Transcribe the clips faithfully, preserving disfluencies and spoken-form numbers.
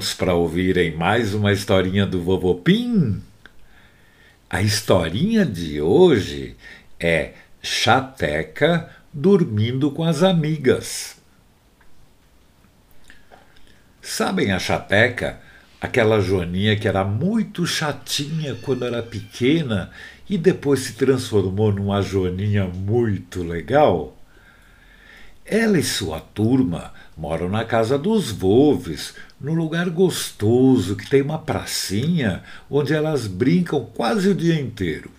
prontos para ouvirem mais uma historinha do Vovô Pim? A historinha de hoje é Chateca dormindo com as amigas. Sabem a Chateca? Aquela Joaninha que era muito chatinha quando era pequena e depois se transformou numa Joaninha muito legal? Ela e sua turma moram na casa dos Volves, num lugar gostoso que tem uma pracinha onde elas brincam quase o dia inteiro.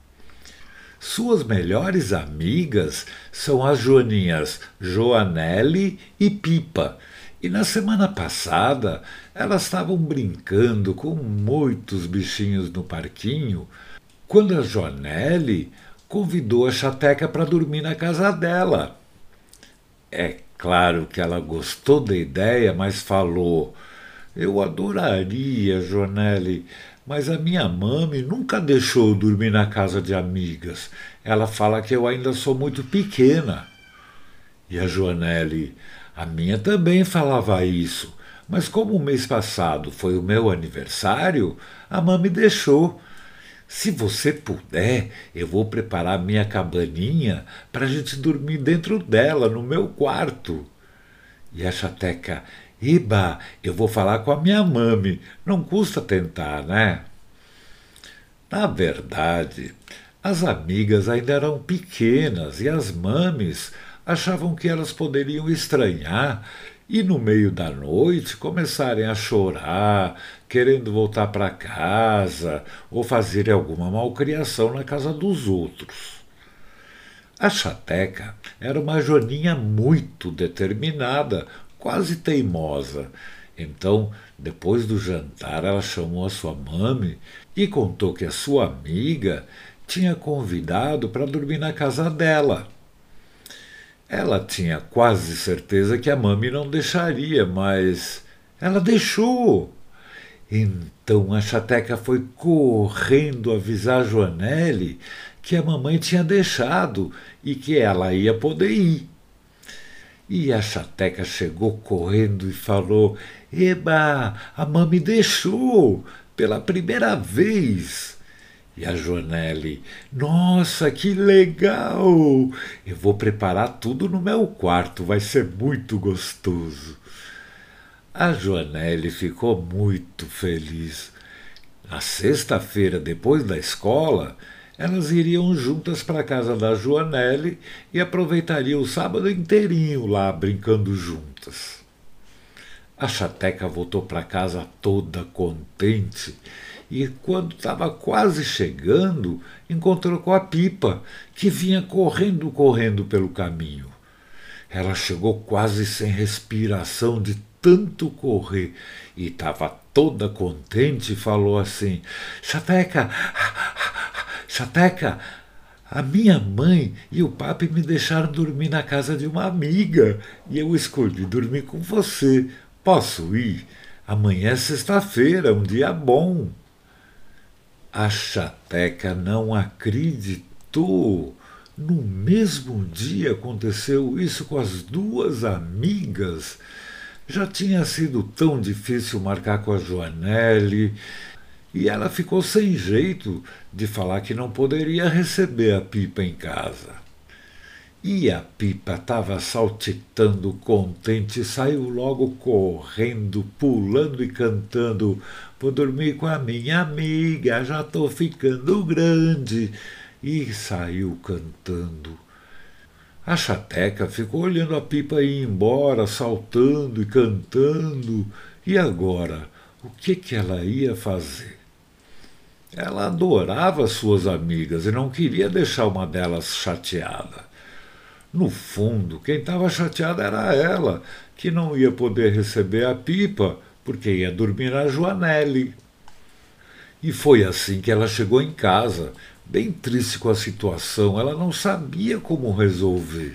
Suas melhores amigas são as Joaninhas Joanelle e Pipa, e na semana passada elas estavam brincando com muitos bichinhos no parquinho, quando a Joanelle convidou a Chateca para dormir na casa dela. É claro que ela gostou da ideia, mas falou: eu adoraria, Joanelle, mas a minha mãe nunca deixou eu dormir na casa de amigas. Ela fala que eu ainda sou muito pequena. E a Joanelle: a minha também falava isso, mas como o mês passado foi o meu aniversário, a mãe me deixou. Se você puder, eu vou preparar minha cabaninha para a gente dormir dentro dela, no meu quarto. E a Chateca: eba, eu vou falar com a minha mãe, não custa tentar, né? Na verdade, as amigas ainda eram pequenas e as mames achavam que elas poderiam estranhar e no meio da noite começarem a chorar, querendo voltar para casa ou fazer alguma malcriação na casa dos outros. A Chateca era uma joaninha muito determinada, quase teimosa. Então, depois do jantar, ela chamou a sua mãe e contou que a sua amiga tinha convidado para dormir na casa dela. Ela tinha quase certeza que a mãe não deixaria, mas ela deixou. Então a Chateca foi correndo avisar a Joanelle que a mamãe tinha deixado e que ela ia poder ir. E a Chateca chegou correndo e falou: eba, a mãe me deixou pela primeira vez. E a Joanelle: nossa, que legal! Eu vou preparar tudo no meu quarto, vai ser muito gostoso. A Joanelle ficou muito feliz. Na sexta-feira, depois da escola, elas iriam juntas para a casa da Joanelle e aproveitariam o sábado inteirinho lá brincando juntas. A Chateca voltou para casa toda contente e, quando estava quase chegando, encontrou com a Pipa, que vinha correndo, correndo pelo caminho. Ela chegou quase sem respiração de tanto correr e estava toda contente e falou assim: Chateca, Chateca, a minha mãe e o papi me deixaram dormir na casa de uma amiga e eu escolhi dormir com você. Posso ir? Amanhã é sexta-feira, um dia bom. A Chateca não acreditou. No mesmo dia aconteceu isso com as duas amigas. Já tinha sido tão difícil marcar com a Joanelle e ela ficou sem jeito de falar que não poderia receber a Pipa em casa. E a Pipa estava saltitando contente, saiu logo correndo, pulando e cantando: vou dormir com a minha amiga, já estou ficando grande. E saiu cantando. A Chateca ficou olhando a Pipa ir embora, saltando e cantando. E agora, o que, que ela ia fazer? Ela adorava suas amigas e não queria deixar uma delas chateada. No fundo, quem estava chateada era ela, que não ia poder receber a Pipa, porque ia dormir na Joanelle. E foi assim que ela chegou em casa, bem triste com a situação, ela não sabia como resolver.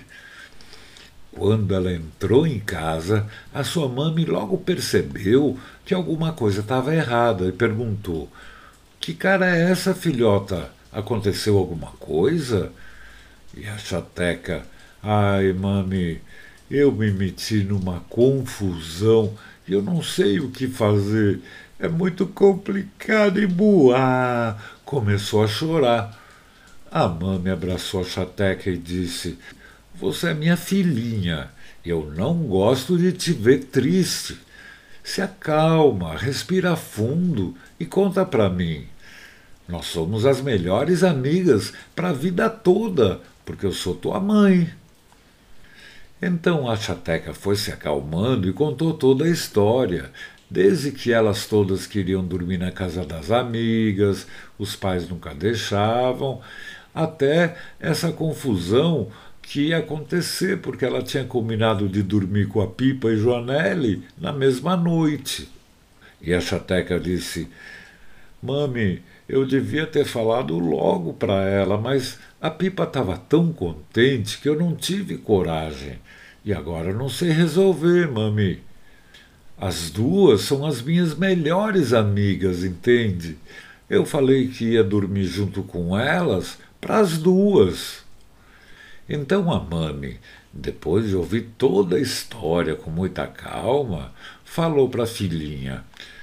Quando ela entrou em casa, a sua mãe logo percebeu que alguma coisa estava errada e perguntou: que cara é essa, filhota? Aconteceu alguma coisa? E a Chateca: ai, mami, eu me meti numa confusão e eu não sei o que fazer. É muito complicado e Buá começou a chorar. A mãe abraçou a Chateca e disse: Você é minha filhinha. Eu não gosto de te ver triste. Se acalma, respira fundo e conta para mim. Nós somos as melhores amigas para a vida toda, porque eu sou tua mãe. Então a Chateca foi se acalmando e contou toda a história, desde que elas todas queriam dormir na casa das amigas, os pais nunca deixavam, até essa confusão que ia acontecer, porque ela tinha combinado de dormir com a Pipa e Joanelli na mesma noite. E a Chateca disse: Mami, eu devia ter falado logo para ela, mas a Pipa estava tão contente que eu não tive coragem. E agora eu não sei resolver, mami. As duas são as minhas melhores amigas, entende? Eu falei que ia dormir junto com elas para as duas. Então a mami, depois de ouvir toda a história com muita calma, falou para a filhinha: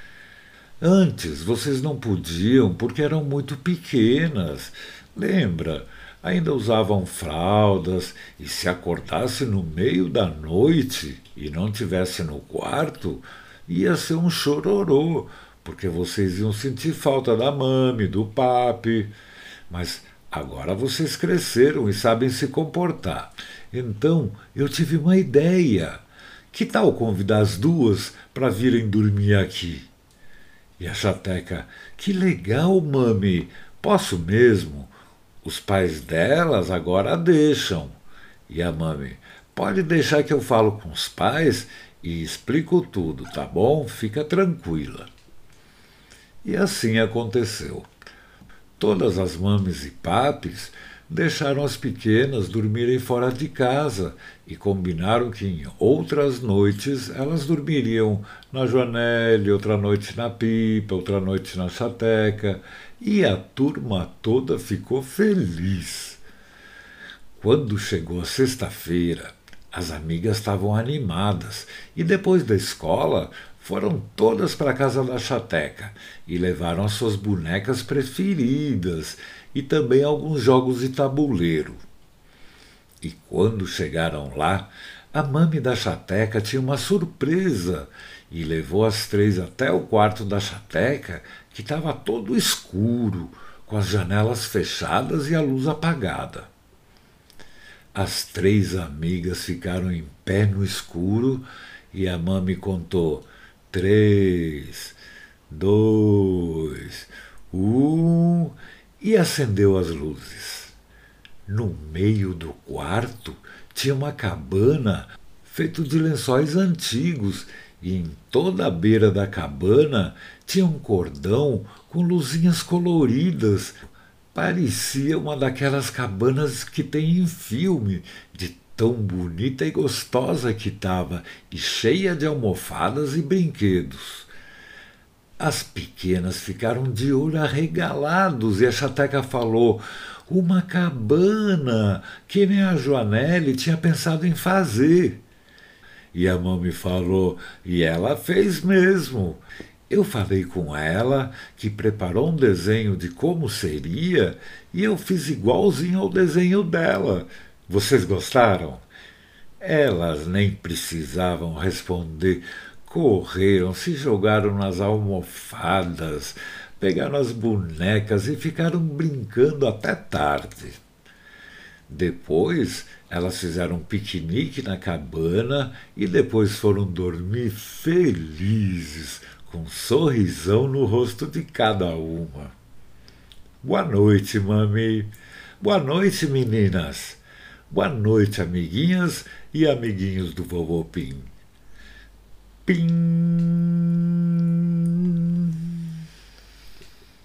Antes vocês não podiam porque eram muito pequenas. Lembra? Ainda usavam fraldas e se acordasse no meio da noite e não tivesse no quarto, ia ser um chororô, porque vocês iam sentir falta da mami, do papi. Mas agora vocês cresceram e sabem se comportar. Então eu tive uma ideia. Que tal convidar as duas para virem dormir aqui? E a Chateca: Que legal, mami! Posso mesmo? Os pais delas agora a deixam. E a mami: Pode deixar que eu falo com os pais e explico tudo, tá bom? Fica tranquila. E assim aconteceu. Todas as mames e papis deixaram as pequenas dormirem fora de casa e combinaram que em outras noites elas dormiriam na Joanelli, outra noite na Pipa, outra noite na Chateca, e a turma toda ficou feliz. Quando chegou a sexta-feira, as amigas estavam animadas e depois da escola foram todas para a casa da Chateca e levaram as suas bonecas preferidas e também alguns jogos de tabuleiro. E quando chegaram lá, a mami da Chateca tinha uma surpresa e levou as três até o quarto da Chateca, que estava todo escuro, com as janelas fechadas e a luz apagada. As três amigas ficaram em pé no escuro e a mami contou: três, dois, um, e acendeu as luzes. No meio do quarto tinha uma cabana feita de lençóis antigos e em toda a beira da cabana tinha um cordão com luzinhas coloridas. Parecia uma daquelas cabanas que tem em filme, de tão bonita e gostosa que estava, e cheia de almofadas e brinquedos. As pequenas ficaram de olho arregalados e a Chateca falou: Uma cabana, que nem a Joanelli tinha pensado em fazer. E a mami falou: E ela fez mesmo. Eu falei com ela, que preparou um desenho de como seria, e eu fiz igualzinho ao desenho dela. Vocês gostaram? Elas nem precisavam responder. Correram, se jogaram nas almofadas, pegaram as bonecas e ficaram brincando até tarde. Depois elas fizeram um piquenique na cabana e depois foram dormir felizes, com um sorrisão no rosto de cada uma. Boa noite, mami. Boa noite, meninas. Boa noite, amiguinhas e amiguinhos do Vovô Pim. Pim.